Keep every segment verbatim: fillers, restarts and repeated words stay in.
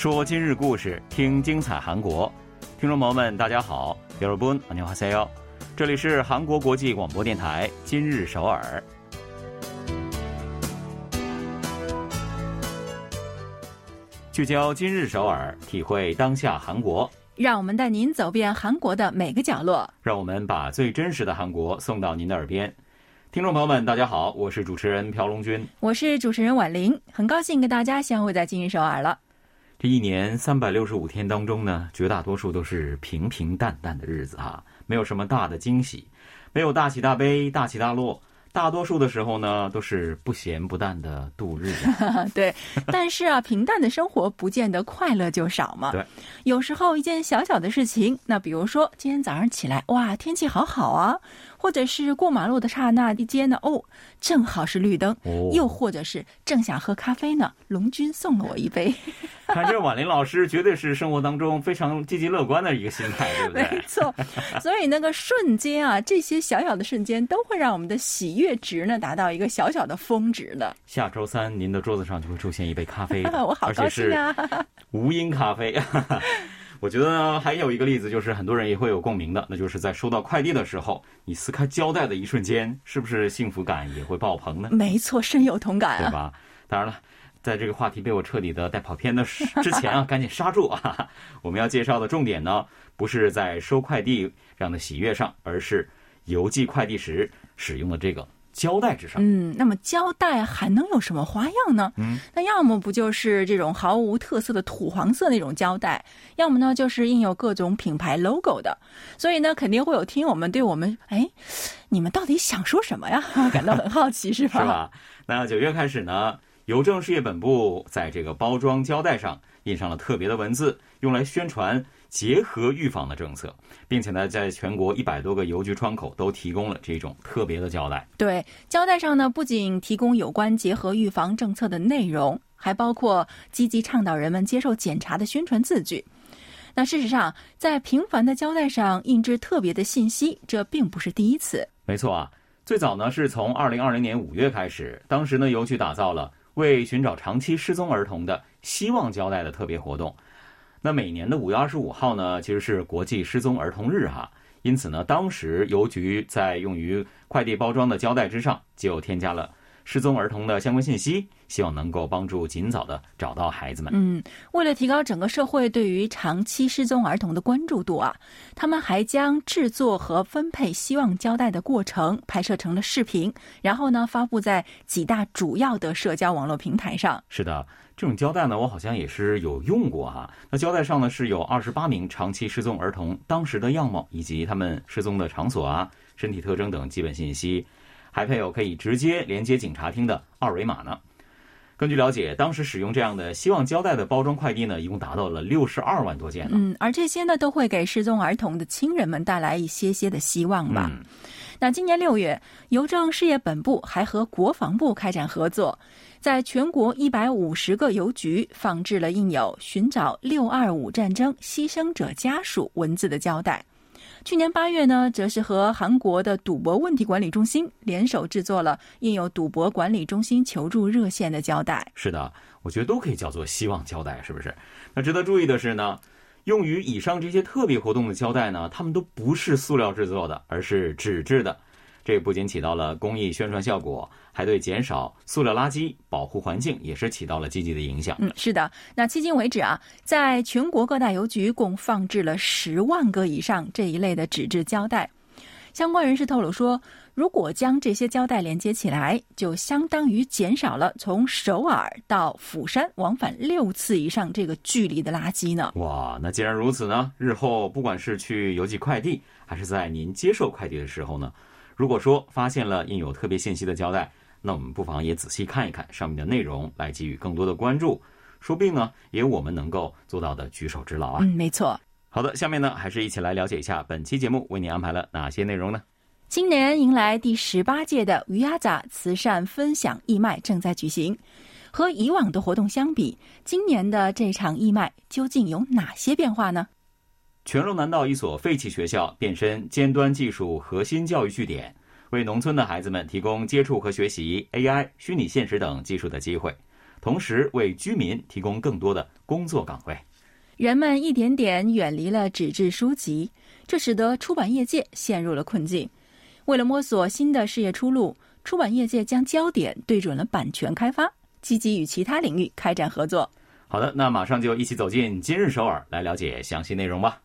说今日故事，听精彩韩国。听众朋友们，大家好，여러분 안녕하세요。这里是韩国国际广播电台今日首尔。聚焦今日首尔，体会当下韩国。 让我们带您走遍韩国的每个角落， 让我们把最真实的韩国送到您的耳边。听众朋友们，大家好，我是主持人朴龙君， 我是主持人婉玲，很高兴跟大家相会在今日首尔了。 这一年三百六十五天当中呢，绝大多数都是平平淡淡的日子啊，没有什么大的惊喜，没有大喜大悲、大起大落。大多数的时候呢，都是不咸不淡的度日啊。 对，但是啊，平淡的生活不见得快乐就少嘛。 对， 有时候一件小小的事情，那比如说今天早上起来，哇，天气好好啊，或者是过马路的刹那间呢，哦，正好是绿灯，哦，又或者是正想喝咖啡呢，龙君送了我一杯。 看这婉玲老师绝对是生活当中非常积极乐观的一个心态，对不对？ 没错，所以那个瞬间啊，这些小小的瞬间都会让我们的喜悦值呢达到一个小小的峰值的。 下周三您的桌子上就会出现一杯咖啡我好高兴啊， 而且是无因咖啡。我觉得呢，还有一个例子就是很多人也会有共鸣的，那就是在收到快递的时候，你撕开胶带的一瞬间，是不是幸福感也会爆棚呢？ 没错，深有同感啊， 对吧？当然了，在这个话题被我彻底的带跑偏的之前啊，赶紧刹住啊！我们要介绍的重点呢，不是在收快递这样的喜悦上，而是邮寄快递时使用的这个胶带之上。 嗯，那么胶带还能有什么花样呢？ 嗯， 那要么不就是这种毫无特色的土黄色那种胶带，要么呢就是印有各种品牌 logo 的。所以呢，肯定会有听友们对我们，哎，你们到底想说什么呀？感到很好奇，是吧？ 是吧？那九月开始呢，邮政事业本部在这个包装胶带上印上了特别的文字，用来宣传结核预防的政策，并且呢，在全国一百多个邮局窗口都提供了这种特别的胶带。 对，胶带上呢，不仅提供有关结核预防政策的内容，还包括积极倡导人们接受检查的宣传字句。那事实上，在平凡的胶带上印制特别的信息，这并不是第一次。 没错啊，最早呢是从二零二零年五月开始，当时呢邮局打造了为寻找长期失踪儿童的希望胶带的特别活动。那每年的五月二十五号呢，其实是国际失踪儿童日哈，因此呢，当时邮局在用于快递包装的胶带之上，就添加了失踪儿童的相关信息，希望能够帮助尽早的找到孩子们。 嗯，为了提高整个社会对于长期失踪儿童的关注度啊，他们还将制作和分配希望胶带的过程拍摄成了视频，然后呢发布在几大主要的社交网络平台上。 是的，这种胶带呢，我好像也是有用过哈。那胶带上呢是有二十八名长期失踪儿童当时的样貌，以及他们失踪的场所啊、身体特征等基本信息，还配有可以直接连接警察厅的二维码呢。根据了解，当时使用这样的希望胶带的包装快递呢，一共达到了六十二万多件呢。 嗯，而这些呢，都会给失踪儿童的亲人们带来一些些的希望吧。 嗯， 那今年六月，邮政事业本部还和国防部开展合作，在全国一百五十个邮局放置了印有寻找六二五战争牺牲者家属文字的胶带。去年八月呢，则是和韩国的赌博问题管理中心联手制作了印有赌博管理中心求助热线的胶带。 是的，我觉得都可以叫做希望胶带，是不是？那值得注意的是呢，用于以上这些特别活动的胶带呢，它们都不是塑料制作的，而是纸质的。这不仅起到了公益宣传效果，还对减少塑料垃圾、保护环境也是起到了积极的影响。 嗯，是的。那迄今为止啊，在全国各大邮局共放置了十万个以上这一类的纸质胶带。相关人士透露说，如果将这些胶带连接起来，就相当于减少了从首尔到釜山往返六次以上这个距离的垃圾呢。 哇，那既然如此呢，日后不管是去邮寄快递，还是在您接受快递的时候呢，如果说发现了印有特别信息的胶带，那我们不妨也仔细看一看上面的内容，来给予更多的关注，说不定呢也有我们能够做到的举手之劳啊。 嗯，没错。 好的，下面呢还是一起来了解一下本期节目为您安排了哪些内容呢？ 今年迎来第十八届的鱼鸭仔慈善分享义卖正在举行。和以往的活动相比，今年的这场义卖究竟有哪些变化呢？ 全罗南道一所废弃学校变身尖端技术核心教育据点，为农村的孩子们提供接触和学习 A I、虚拟现实等技术的机会， 同时为居民提供更多的工作岗位。 人们一点点远离了纸质书籍，这使得出版业界陷入了困境。为了摸索新的事业出路，出版业界将焦点对准了版权开发，积极与其他领域开展合作。 好的，那马上就一起走进今日首尔，来了解详细内容吧。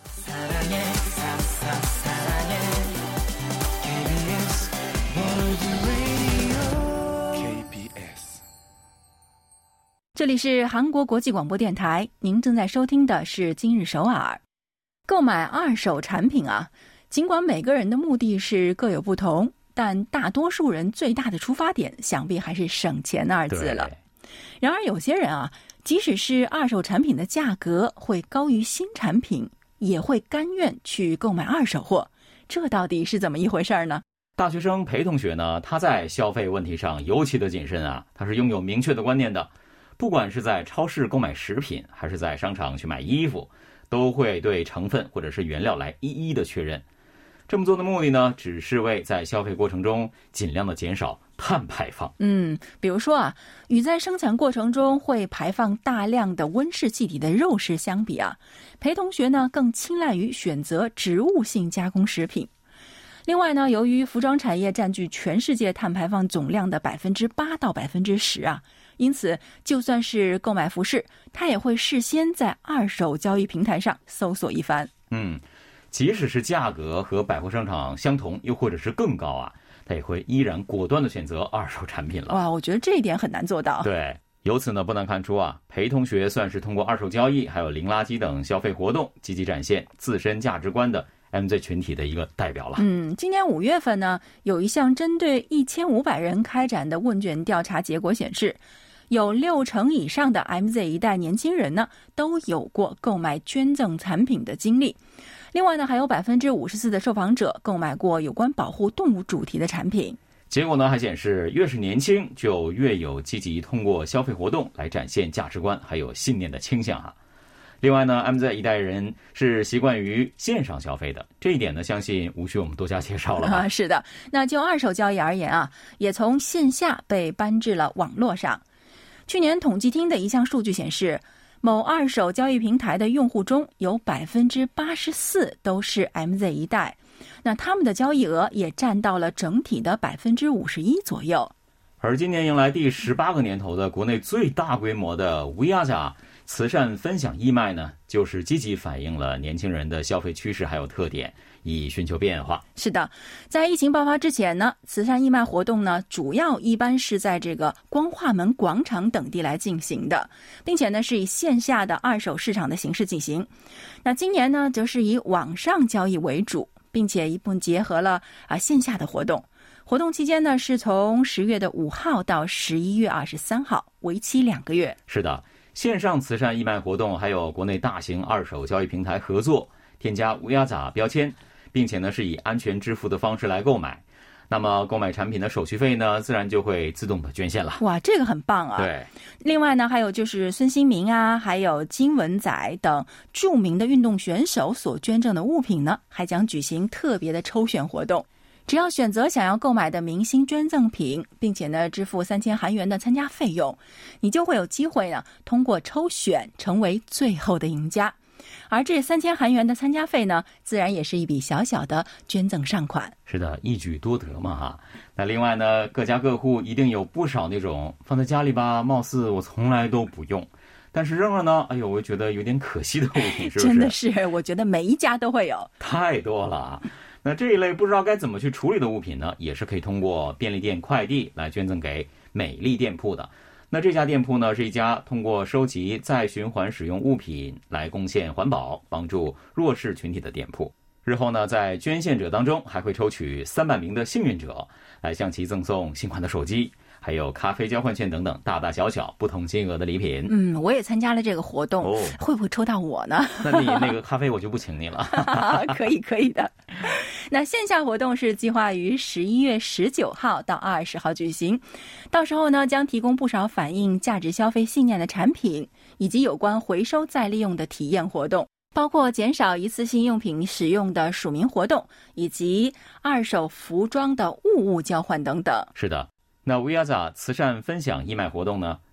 这里是韩国国际广播电台，您正在收听的是今日首尔。购买二手产品啊，尽管每个人的目的是各有不同，但大多数人最大的出发点想必还是省钱二字了。然而有些人啊，即使是二手产品的价格会高于新产品，也会甘愿去购买二手货，这到底是怎么一回事呢？ 大学生裴同学呢，他在消费问题上尤其的谨慎啊，他是拥有明确的观念的。不管是在超市购买食品，还是在商场去买衣服，都会对成分或者是原料来一一的确认。这么做的目的呢，只是为在消费过程中尽量的减少碳排放。 嗯，比如说啊，与在生产过程中会排放大量的温室气体的肉食相比啊，裴同学呢更青睐于选择植物性加工食品。另外呢，由于服装产业占据全世界碳排放总量的百分之八到百分之十啊，因此就算是购买服饰，他也会事先在二手交易平台上搜索一番。 嗯，即使是价格和百货商场相同，又或者是更高啊，他也会依然果断的选择二手产品了。 哇，我觉得这一点很难做到。 对，由此呢，不难看出啊，裴同学算是通过二手交易还有零垃圾等消费活动，积极展现自身价值观的M Z 群体的一个代表了。 嗯，今年五月份呢，有一项针对一千五百人开展的问卷调查结果显示，有六成以上的 M Z 一代年轻人呢，都有过购买捐赠产品的经历。另外呢，还有百分之五十四的受访者购买过有关保护动物主题的产品。 结果呢，还显示越是年轻，就越有积极通过消费活动来展现价值观还有信念的倾向啊。另外呢 ，M Z 一代人是习惯于线上消费的，这一点呢，相信无需我们多加介绍了吧？ 啊，是的。那就二手交易而言啊，也从线下被搬至了网络上。去年统计厅的一项数据显示，某二手交易平台的用户中有百分之八十四都是 M Z 一代，那他们的交易额也占到了整体的百分之五十一左右。 而今年迎来第十八个年头的国内最大规模的乌鸦家慈善分享义卖呢，就是积极反映了年轻人的消费趋势还有特点，以寻求变化。 是的，在疫情爆发之前呢，慈善义卖活动呢，主要一般是在这个光化门广场等地来进行的，并且呢是以线下的二手市场的形式进行。那今年呢，则是以网上交易为主，并且一部分结合了啊线下的活动。活动期间呢，是从十月的五号到十一月二十三号，为期两个月。 是的。线上慈善义卖活动还有国内大型二手交易平台合作，添加乌鸦仔标签，并且呢是以安全支付的方式来购买。那么购买产品的手续费呢，自然就会自动的捐献了。 哇，这个很棒啊！ 对。 另外呢，还有就是孙兴民啊，还有金文宰等著名的运动选手所捐赠的物品呢，还将举行特别的抽选活动。只要选择想要购买的明星捐赠品，并且呢支付三千韩元的参加费用，你就会有机会呢通过抽选成为最后的赢家。而这三千韩元的参加费呢，自然也是一笔小小的捐赠善款。 是的，一举多得嘛哈。那另外呢，各家各户一定有不少那种放在家里吧，貌似我从来都不用，但是扔了呢，哎呦，我觉得有点可惜的物品，是不是？ 真的是，我觉得每一家都会有， 太多了啊。那这一类不知道该怎么去处理的物品呢，也是可以通过便利店快递来捐赠给美丽店铺的。那这家店铺呢，是一家通过收集再循环使用物品来贡献环保、帮助弱势群体的店铺。日后呢，在捐献者当中还会抽取三百名的幸运者，来向其赠送新款的手机，还有咖啡交换券等等大大小小不同金额的礼品。 嗯，我也参加了这个活动，哦、会不会抽到我呢？ 那你那个咖啡我就不请你了。 可以可以的。那线下活动是计划于十一月十九号到二十号举行，到时候呢将提供不少反映价值消费信念的产品，以及有关回收再利用的体验活动，包括减少一次性用品使用的署名活动，以及二手服装的物物交换等等。 是的，那乌鸦仔慈善分享义卖活动呢，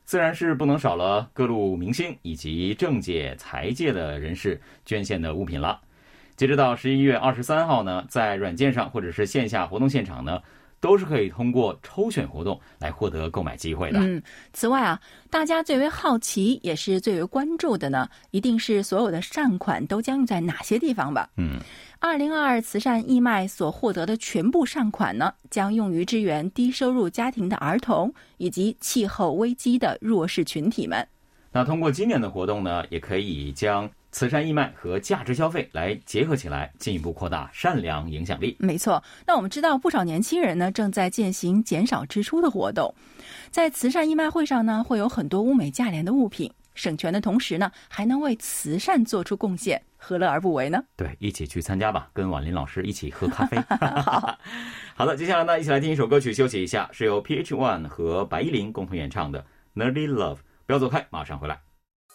自然是不能少了各路明星以及政界、财界的人士捐献的物品了。截止到十一月二十三号呢，在软件上或者是线下活动现场呢，都是可以通过抽选活动来获得购买机会的。 嗯，此外啊，大家最为好奇也是最为关注的呢，一定是所有的善款都将用在哪些地方吧？ 嗯， 二零二二慈善义卖所获得的全部善款呢，将用于支援低收入家庭的儿童以及气候危机的弱势群体们。 那通过今年的活动呢，也可以将慈善义卖和价值消费来结合起来，进一步扩大善良影响力。 没错，那我们知道不少年轻人呢正在践行减少支出的活动，在慈善义卖会上呢，会有很多物美价廉的物品，省钱的同时呢，还能为慈善做出贡献，何乐而不为呢？ 对，一起去参加吧，跟婉玲老师一起喝咖啡。好，好的，接下来呢，一起来听一首歌曲休息一下，是由 P H One 和白依林共同演唱的 Nerdy Love。不要走开，马上回来。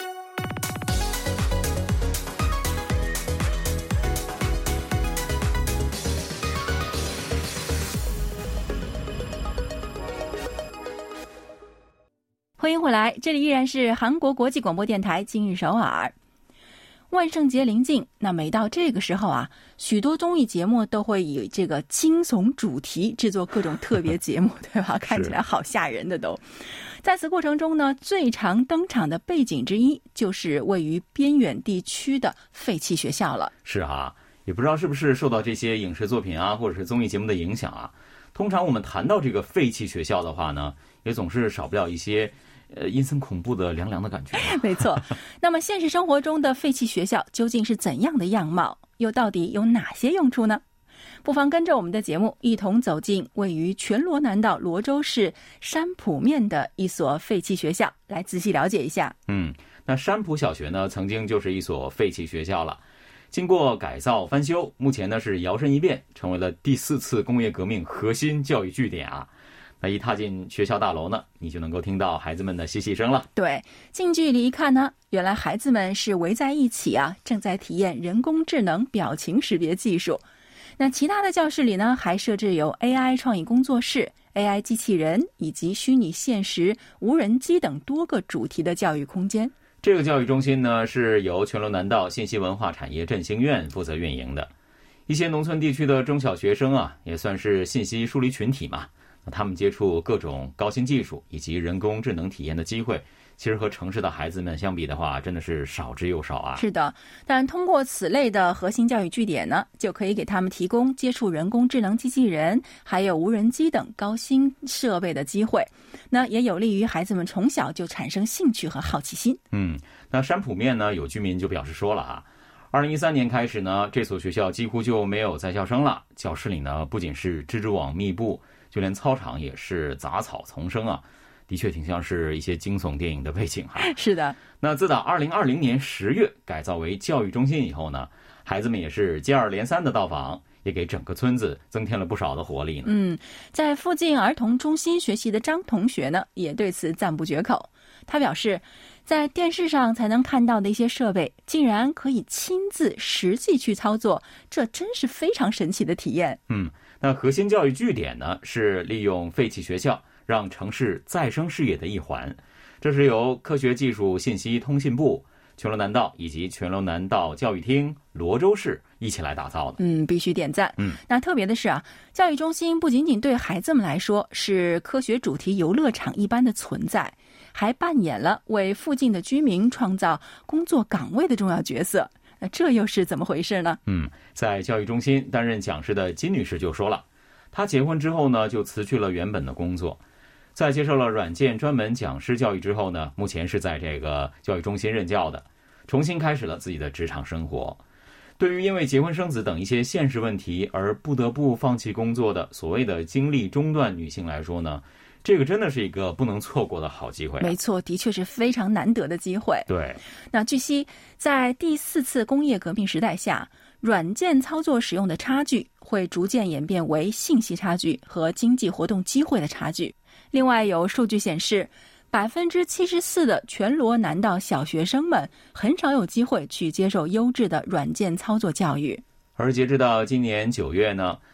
欢迎回来，这里依然是韩国国际广播电台今日首尔。万圣节临近，那每到这个时候啊，许多综艺节目都会以这个惊悚主题制作各种特别节目，对吧？看起来好吓人的都。在此过程中呢，最常登场的背景之一就是位于边远地区的废弃学校了。 是哈，也不知道是不是受到这些影视作品啊，或者是综艺节目的影响啊。通常我们谈到这个废弃学校的话呢，也总是少不了一些呃，阴森恐怖的凉凉的感觉。 没错。那么现实生活中的废弃学校究竟是怎样的样貌？又到底有哪些用处呢？不妨跟着我们的节目一同走进位于全罗南道罗州市山浦面的一所废弃学校，来仔细了解一下。 嗯，那山浦小学呢，曾经就是一所废弃学校了。经过改造翻修，目前呢是摇身一变，成为了第四次工业革命核心教育据点啊。那一踏进学校大楼呢，你就能够听到孩子们的嬉戏声了。 对，近距离一看呢，原来孩子们是围在一起啊，正在体验人工智能表情识别技术。那其他的教室里呢，还设置有 A I 创意工作室、A I 机器人以及虚拟现实、无人机等多个主题的教育空间。 这个教育中心呢，是由全罗南道信息文化产业振兴院负责运营的。一些农村地区的中小学生啊，也算是信息疏离群体嘛。那他们接触各种高新技术以及人工智能体验的机会，其实和城市的孩子们相比的话，真的是少之又少啊。 是的，但通过此类的核心教育据点呢，就可以给他们提供接触人工智能机器人还有无人机等高新设备的机会，那也有利于孩子们从小就产生兴趣和好奇心。 嗯，那山浦面呢，有居民就表示说了啊，二零一三年开始呢，这所学校几乎就没有在校生了，教室里呢不仅是蜘蛛网密布，就连操场也是杂草丛生啊，的确挺像是一些惊悚电影的背景哈。 是的。 那自打二零二零年十月改造为教育中心以后呢，孩子们也是接二连三的到访，也给整个村子增添了不少的活力呢。 嗯，在附近儿童中心学习的张同学呢，也对此赞不绝口。他表示，在电视上才能看到的一些设备，竟然可以亲自实际去操作，这真是非常神奇的体验。 嗯，那核心教育据点呢，是利用废弃学校让城市再生事业的一环。这是由科学技术信息通信部、全罗南道以及全罗南道教育厅、罗州市一起来打造的。 嗯，必须点赞。 嗯， 那特别的是啊，教育中心不仅仅对孩子们来说是科学主题游乐场一般的存在，还扮演了为附近的居民创造工作岗位的重要角色。那这又是怎么回事呢？ 嗯，在教育中心担任讲师的金女士就说了，她结婚之后呢，就辞去了原本的工作，在接受了软件专门讲师教育之后呢，目前是在这个教育中心任教的，重新开始了自己的职场生活。对于因为结婚生子等一些现实问题而不得不放弃工作的所谓的精力中断女性来说呢，这个真的是一个不能错过的好机会啊。 没错，的确是非常难得的机会。 对， 那据悉，在第四次工业革命时代下，软件操作使用的差距会逐渐演变为信息差距和经济活动机会的差距。另外，有数据显示，百分之七十四的全罗南道小学生们很少有机会去接受优质的软件操作教育。 而截至到今年九月呢，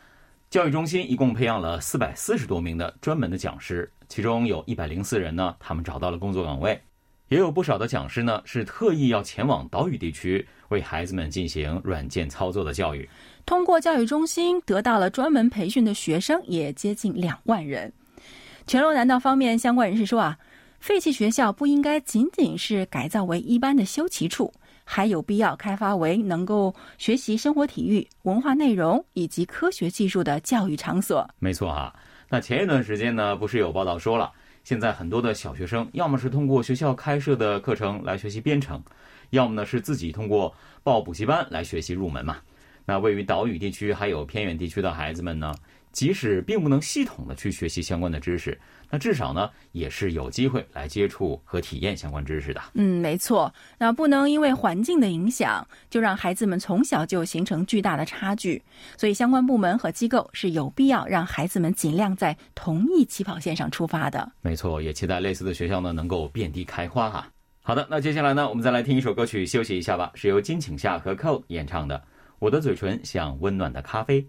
教育中心一共培养了四百四十多名的专门的讲师，其中有一百零四人呢，他们找到了工作岗位，也有不少的讲师呢是特意要前往岛屿地区为孩子们进行软件操作的教育。 通过教育中心得到了专门培训的学生也接近两万人。全罗南道方面相关人士说啊，废弃学校不应该仅仅是改造为一般的休憩处，还有必要开发为能够学习生活体育、文化内容以及科学技术的教育场所。 没错啊，那前一段时间呢，不是有报道说了，现在很多的小学生要么是通过学校开设的课程来学习编程，要么呢是自己通过报补习班来学习入门嘛。那位于岛屿地区还有偏远地区的孩子们呢，即使并不能系统的去学习相关的知识，那至少呢也是有机会来接触和体验相关知识的。 嗯，没错。那不能因为环境的影响就让孩子们从小就形成巨大的差距，所以相关部门和机构是有必要让孩子们尽量在同一起跑线上出发的。 没错，也期待类似的学校呢能够遍地开花哈。好的，那接下来呢我们再来听一首歌曲休息一下吧，是由金请夏和 Cole 演唱的《我的嘴唇像温暖的咖啡》。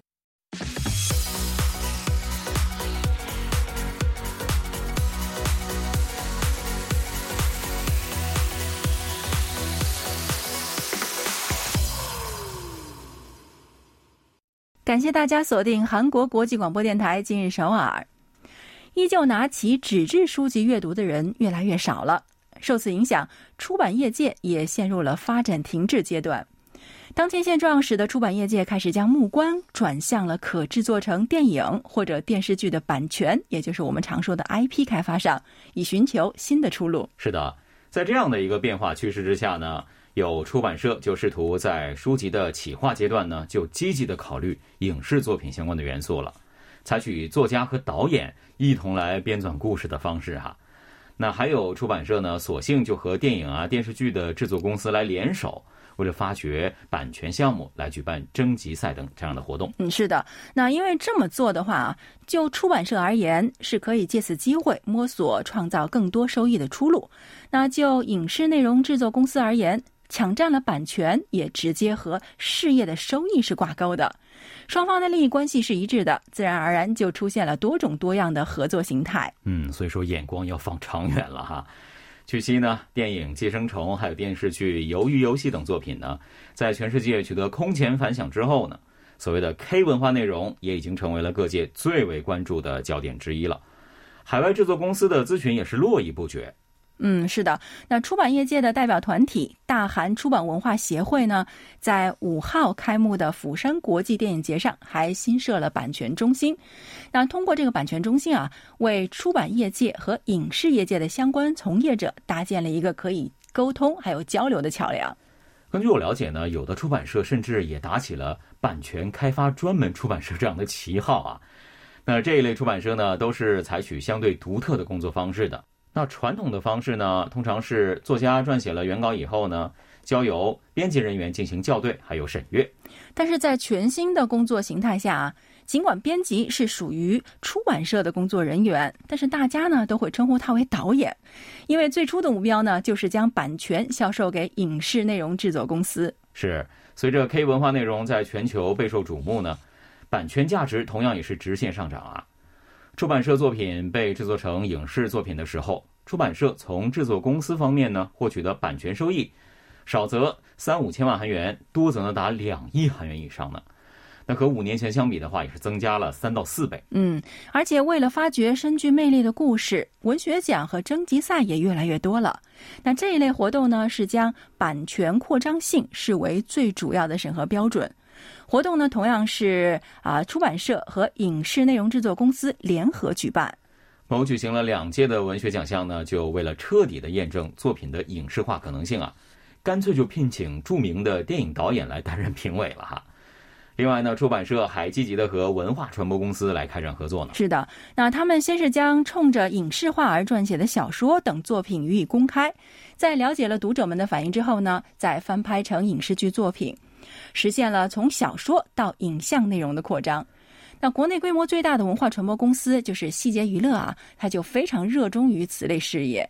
感谢大家锁定韩国国际广播电台今日首尔。依旧拿起纸质书籍阅读的人越来越少了，受此影响，出版业界也陷入了发展停滞阶段。当前现状使得出版业界开始将目光转向了可制作成电影或者电视剧的版权，也就是我们常说的 I P 开发上，以寻求新的出路。 是的，在这样的一个变化趋势之下呢，有出版社就试图在书籍的企划阶段呢，就积极的考虑影视作品相关的元素了，采取作家和导演一同来编纂故事的方式哈。那还有出版社呢，索性就和电影啊、电视剧的制作公司来联手，为了发掘版权项目来举办征集赛等这样的活动。 嗯，是的。那因为这么做的话啊，就出版社而言，是可以借此机会摸索创造更多收益的出路。那就影视内容制作公司而言，抢占了版权也直接和事业的收益是挂钩的，双方的利益关系是一致的，自然而然就出现了多种多样的合作形态。 嗯，所以说眼光要放长远了哈。据悉呢，电影《寄生虫》还有电视剧《鱿鱼游戏》等作品呢，在全世界取得空前反响之后呢，所谓的 K 文化内容也已经成为了各界最为关注的焦点之一了。海外制作公司的咨询也是络绎不绝。 嗯，是的。那出版业界的代表团体大韩出版文化协会呢，在五号开幕的釜山国际电影节上还新设了版权中心。那通过这个版权中心啊，为出版业界和影视业界的相关从业者搭建了一个可以沟通还有交流的桥梁。 根据我了解呢，有的出版社甚至也打起了版权开发专门出版社这样的旗号啊。那这一类出版社呢，都是采取相对独特的工作方式的。那传统的方式呢，通常是作家撰写了原稿以后呢，交由编辑人员进行校对还有审阅。 但是在全新的工作形态下啊，尽管编辑是属于出版社的工作人员，但是大家呢都会称呼他为导演，因为最初的目标呢就是将版权销售给影视内容制作公司。 是，随着 K 文化内容在全球备受瞩目呢，版权价值同样也是直线上涨啊。出版社作品被制作成影视作品的时候，出版社从制作公司方面呢获取的版权收益，少则三五千万韩元，多则呢达两亿韩元以上呢。那和五年前相比的话，也是增加了三到四倍。 嗯，而且为了发掘深具魅力的故事，文学奖和征集赛也越来越多了。那这一类活动呢，是将版权扩张性视为最主要的审核标准。活动呢，同样是啊，出版社和影视内容制作公司联合举办。 某举行了两届的文学奖项呢，就为了彻底的验证作品的影视化可能性啊，干脆就聘请著名的电影导演来担任评委了哈。另外呢，出版社还积极的和文化传播公司来开展合作呢。 是的，那他们先是将冲着影视化而撰写的小说等作品予以公开，在了解了读者们的反应之后呢，再翻拍成影视剧作品，实现了从小说到影像内容的扩张。那国内规模最大的文化传播公司就是细节娱乐啊，它就非常热衷于此类事业。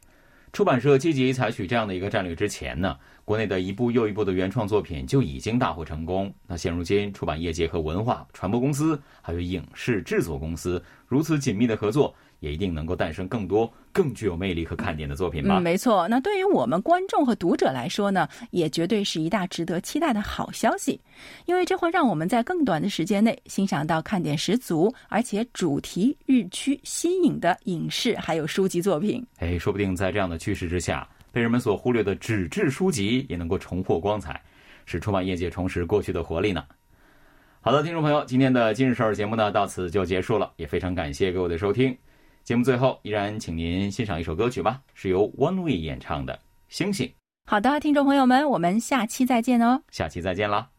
出版社积极采取这样的一个战略之前呢，国内的一部又一部的原创作品就已经大获成功。那现如今出版业界和文化传播公司还有影视制作公司如此紧密的合作，也一定能够诞生更多更具有魅力和看点的作品吧。 嗯，没错。那对于我们观众和读者来说呢，也绝对是一大值得期待的好消息，因为这会让我们在更短的时间内欣赏到看点十足而且主题日趋新颖的影视还有书籍作品。 哎，说不定在这样的趋势之下，被人们所忽略的纸质书籍也能够重获光彩，使出版业界重拾过去的活力呢。好的，听众朋友，今天的今日首尔节目呢到此就结束了，也非常感谢各位的收听。节目最后依然请您欣赏一首歌曲吧，是由 One Way 演唱的《星星》。 好的，听众朋友们，我们下期再见哦。 下期再见啦。